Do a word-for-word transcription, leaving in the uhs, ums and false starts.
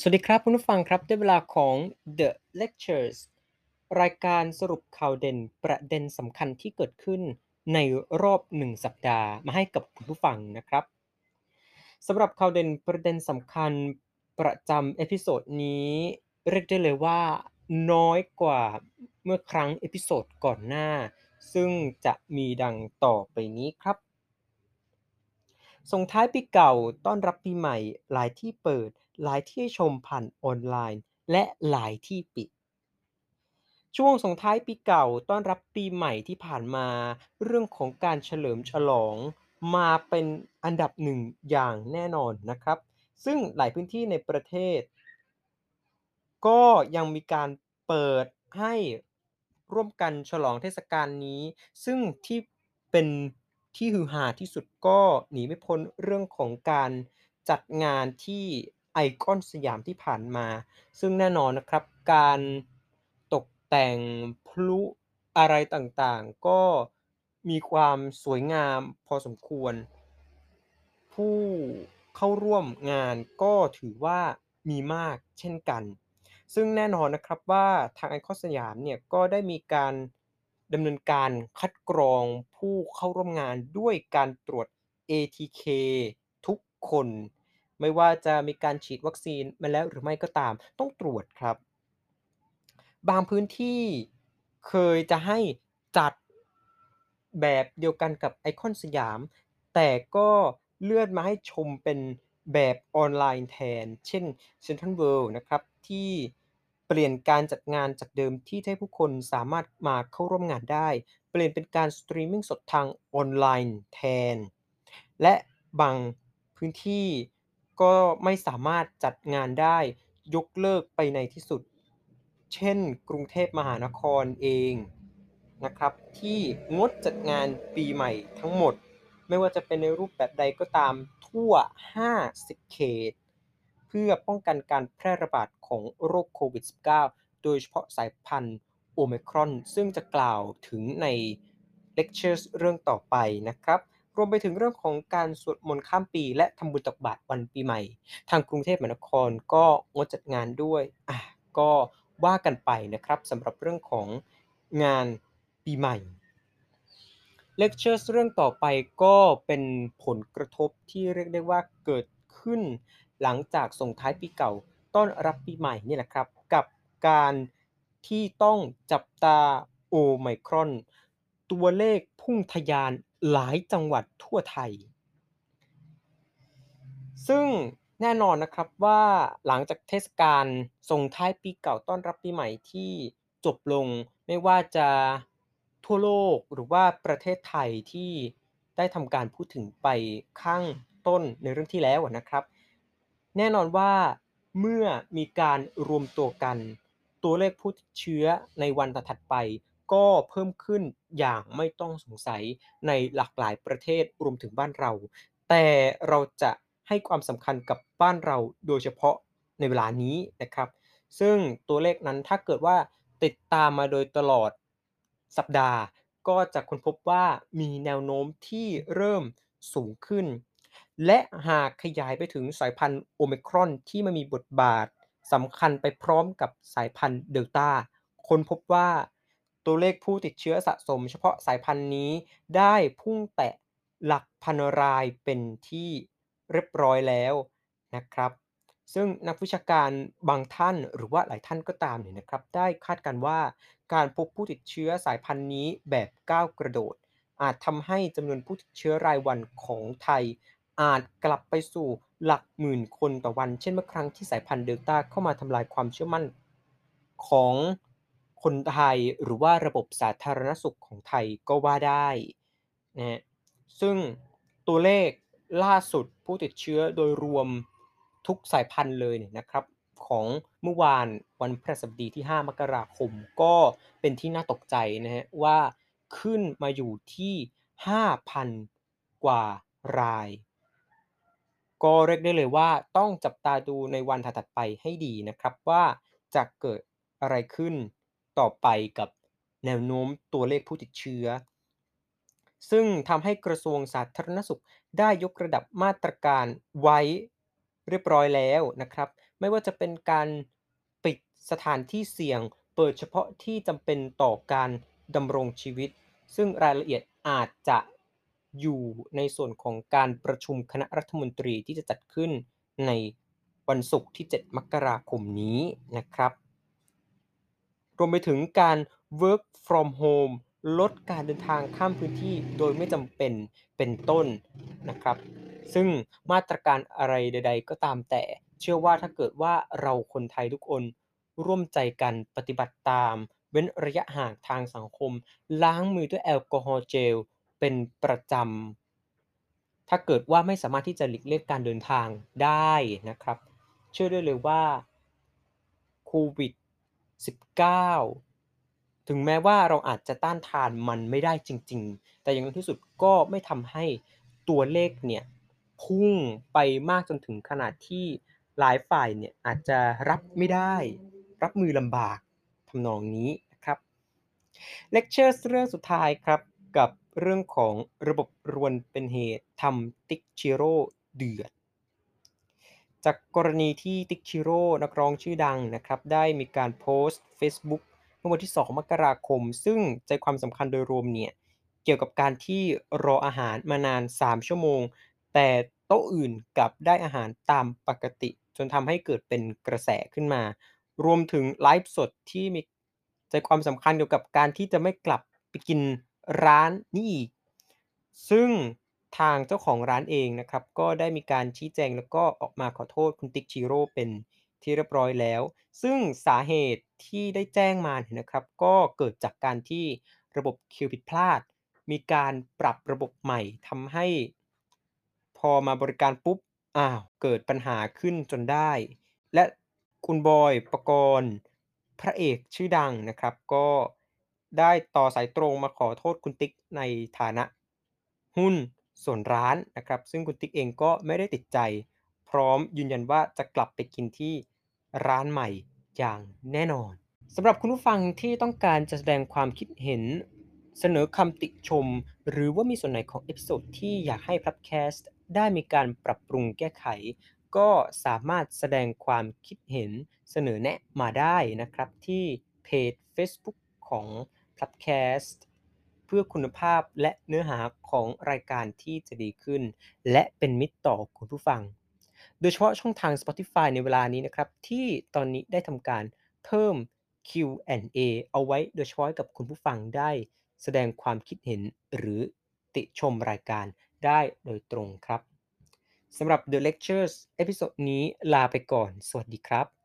สวัสดีครับคุณผู้ฟังครับได้เวลาของ The Lectures รายการสรุปข่าวเด่นประเด็นสำคัญที่เกิดขึ้นในรอบหนึ่งสัปดาห์มาให้กับคุณผู้ฟังนะครับสำหรับข่าวเด่นประเด็นสำคัญประจำเอพิโซดนี้เรียกได้เลยว่าน้อยกว่าเมื่อครั้งเอพิโซดก่อนหน้าซึ่งจะมีดังต่อไปนี้ครับ ส่งท้ายปีเก่าต้อนรับปีใหม่หลายที่เปิดหลายที่ให้ชมผ่านออนไลน์และหลายที่ปิดช่วงส่งท้ายปีเก่าต้อนรับปีใหม่ที่ผ่านมาเรื่องของการเฉลิมฉลองมาเป็นอันดับหนึ่งอย่างแน่นอนนะครับซึ่งหลายพื้นที่ในประเทศ ก็ยังมีการเปิดให้ร่วมกันฉลองเทศกาลนี้ซึ่งที่เป็นที่ฮือฮาที่สุดก็หนีไม่พ้นเรื่องของการจัดงานที่ไอคอนสยามที่ผ่านมาซึ่งแน่นอนนะครับการตกแต่งพลุอะไรต่างๆก็มีความสวยงามพอสมควร ผู้เข้าร่วมงานก็ถือว่ามีมากเช่นกัน ซึ่งแน่นอนนะครับว่าทางไอคอนสยามเนี่ยก็ได้มีการดำเนินการคัดกรองผู้เข้าร่วมงานด้วยการตรวจ เอ ที เค ทุกคนไม่ว่าจะมีการฉีดวัคซีนมาแล้วหรือไม่ก็ตามต้องตรวจครับ บางพื้นที่เคยจะให้จัดแบบเดียวกันกับไอคอนสยามแต่ก็เลื่อนมาให้ชมเป็นแบบออนไลน์แทนเช่น Central World นะครับที่เปลี่ยนการจัดงานจากเดิมที่จะให้ผู้คนสามารถมาเข้าร่วมงานได้เปลี่ยนเป็นการสตรีมมิงสดทางออนไลน์แทนและบางพื้นที่ก็ไม่สามารถจัดงานได้ยกเลิกไปในที่สุด เช่นกรุงเทพมหานครเองนะครับที่งดจัดงานปีใหม่ทั้งหมดไม่ว่าจะเป็นในรูปแบบใดก็ตามทั่วห้าสิบเขตเพื่อป้องกันการแพร่ระบาดของโรคโควิด สิบเก้า โดยเฉพาะสายพันธุ์โอไมครอนซึ่งจะกล่าวถึงใน Lectures เรื่องต่อไปนะครับรวมไปถึงเรื่องของการสวดมนต์ข้ามปีและทำบุญตักบาตรวันปีใหม่ทางกรุงเทพมหานครก็งดจัดงานด้วยอ่ะ ก็ว่ากันไปนะครับสำหรับเรื่องของงานปีใหม่ Lectures เรื่องต่อไปก็เป็นผลกระทบที่เรียกได้ว่าเกิดขึ้นหลังจากส่งท้ายปีเก่าต้อนรับปีใหม่นี่แหละครับกับการที่ต้องจับตาโอไมครอนตัวเลขพุ่งทะยานหลายจังหวัดทั่วไทย ซึ่งแน่นอนนะครับว่าหลังจากเทศกาลส่งท้ายปีเก่าต้อนรับปีใหม่ที่จบลงไม่ว่าจะทั่วโลกหรือว่าประเทศไทยที่ได้ทำการพูดถึงไปข้างต้นในเรื่องที่แล้วอะนะครับแน่นอนว่าเมื่อมีการรวมตัวกันตัวเลขผู้ติดเชื้อในวันถัดๆไปก็เพิ่มขึ้นอย่างไม่ต้องสงสัยในหลากหลายประเทศรวมถึงบ้านเรา แต่เราจะให้ความสำคัญกับบ้านเราโดยเฉพาะในเวลานี้นะครับซึ่งตัวเลขนั้นถ้าเกิดว่าติดตามมาโดยตลอดสัปดาห์ก็จะค้นพบว่ามีแนวโน้มที่เริ่มสูงขึ้นและหากขยายไปถึงสายพันธุ์โอไมครอนที่มันมีบทบาทสำคัญไปพร้อมกับสายพันธุ์เดลต้าค้นพบว่าตัวเลขผู้ติดเชื้อสะสมเฉพาะสายพันธุ์นี้ได้พุ่งแตะ หลักพันรายเป็นที่เรียบร้อยแล้วนะครับซึ่งนักวิชาการบางท่านหรือว่าหลายท่านก็ตามเนี่ยนะครับได้คาดการณ์ว่าการพบผู้ติดเชื้อสายพันธุ์นี้แบบก้าวกระโดดอาจทำให้จำนวนผู้ติดเชื้อรายวันของไทยอาจกลับไปสู่หลักหมื่นคนต่อวันเช่นเมื่อครั้งที่สายพันธุ์เดลต้าเข้ามาทำลายความเชื่อมั่นของคนไทยหรือว่าระบบสาธารณสุขของไทยก็ว่าได้นะฮะ ซึ่งตัวเลขล่าสุดผู้ติดเชื้อโดยรวมทุกสายพันธุ์เลยเนี่ยนะครับของเมื่อวานวันพฤหัสบดีที่ห้ามกราคมก็เป็นที่น่าตกใจนะฮะว่าขึ้นมาอยู่ที่ห้าพันกว่ารายก็เรียกได้เลยว่าต้องจับตาดูในวันถัดๆไปให้ดีนะครับว่าจะเกิดอะไรขึ้นต่อไปกับแนวโน้มตัวเลขผู้ติดเชื้อ ซึ่งทำให้กระทรวงสาธารณสุขได้ยกระดับมาตรการไว้เรียบร้อยแล้วนะครับไม่ว่าจะเป็นการปิดสถานที่เสี่ยงเปิดเฉพาะที่จำเป็นต่อการดำรงชีวิตซึ่งรายละเอียดอาจจะอยู่ในส่วนของการประชุมคณะรัฐมนตรีที่จะจัดขึ้นในวันศุกร์ที่เจ็ดมกราคมนี้นะครับ รวมไปถึงการ work from home ลดการเดินทางข้ามพื้นที่โดยไม่จำเป็นเป็นต้นนะครับซึ่งมาตรการอะไรใดๆก็ตามแต่เชื่อว่าถ้าเกิดว่าเราคนไทยทุกคนร่วมใจกันปฏิบัติตามเว้นระยะห่างทางสังคมล้างมือด้วยแอลกอฮอล์เจลเป็นประจำถ้าเกิดว่าไม่สามารถที่จะหลีกเลี่ยงการเดินทางได้นะครับเชื่อได้เลยว่าโควิด สิบเก้า ถึงแม้ว่าเราอาจจะต้านทานมันไม่ได้จริงๆ แต่อย่างน้อยที่สุดก็ไม่ทำให้ตัวเลขเนี่ยพุ่งไปมากจนถึงขนาดที่หลายฝ่ายเนี่ยอาจจะรับไม่ได้รับมือลำบากทำนองนี้นะครับเลคเชอร์เรื่องสุดท้ายครับกับเรื่องของระบบรวนเป็นเหตุทำติ๊กชิโร่เดือด จากกรณีที่ ติ๊ก ชิโร่นักร้องชื่อดังนะครับได้มีการโพสต์เฟซบุ๊กเมื่อวันที่สองมกราคมซึ่งใจความสำคัญโดยรวมเนี่ยเกี่ยวกับการที่รออาหารมานานสามชั่วโมงแต่โต๊ะอื่นกลับได้อาหารตามปกติจนทำให้เกิดเป็นกระแสขึ้นมารวมถึงไลฟ์สดที่มีใจความสำคัญเกี่ยวกับการที่จะไม่กลับไปกินร้านนี้อีกซึ่ง ทางเจ้าของร้านเองนะครับก็ได้มีการชี้แจงแล้วก็ออกมาขอโทษคุณติ๊กชิโร่เป็นที่เรียบร้อยแล้วซึ่งสาเหตุที่ได้แจ้งมาเนี่ยนะครับก็เกิดจากการที่ระบบคิวผิดพลาดมีการปรับระบบใหม่ทำให้พอมาบริการปุ๊บอ้าวเกิดปัญหาขึ้นจนได้และคุณบอยปกรณ์พระเอกชื่อดังนะครับก็ได้ต่อสายตรงมาขอโทษคุณติ๊กในฐานะ หุ้นส่วนร้านนะครับซึ่งคุณติ๊กเองก็ไม่ได้ติดใจพร้อมยืนยันว่าจะกลับไปกินที่ร้านใหม่อย่างแน่นอนสำหรับคุณผู้ฟังที่ต้องการจะแสดงความคิดเห็นเสนอคำติชมหรือว่ามีส่วนไหนของเอพิโซดที่อยากให้พอดแคสต์ได้มีการปรับปรุงแก้ไขก็สามารถแสดงความคิดเห็นเสนอแนะมาได้นะครับที่เพจเฟซบุ๊กของพอดแคสต์ เพื่อคุณภาพและเนื้อหาของรายการที่จะดีขึ้นและเป็นมิตรต่อคุณผู้ฟังโดยเฉพาะช่องทาง Spotify ในเวลานี้นะครับที่ตอนนี้ได้ทำการเพิ่ม คิว แอนด์ เอ เอาไว้โดยเฉพาะให้กับคุณผู้ฟังได้แสดงความคิดเห็นหรือติชมรายการได้โดยตรงครับสำหรับ The Lectures เอพิโซดนี้ลาไปก่อนสวัสดีครับ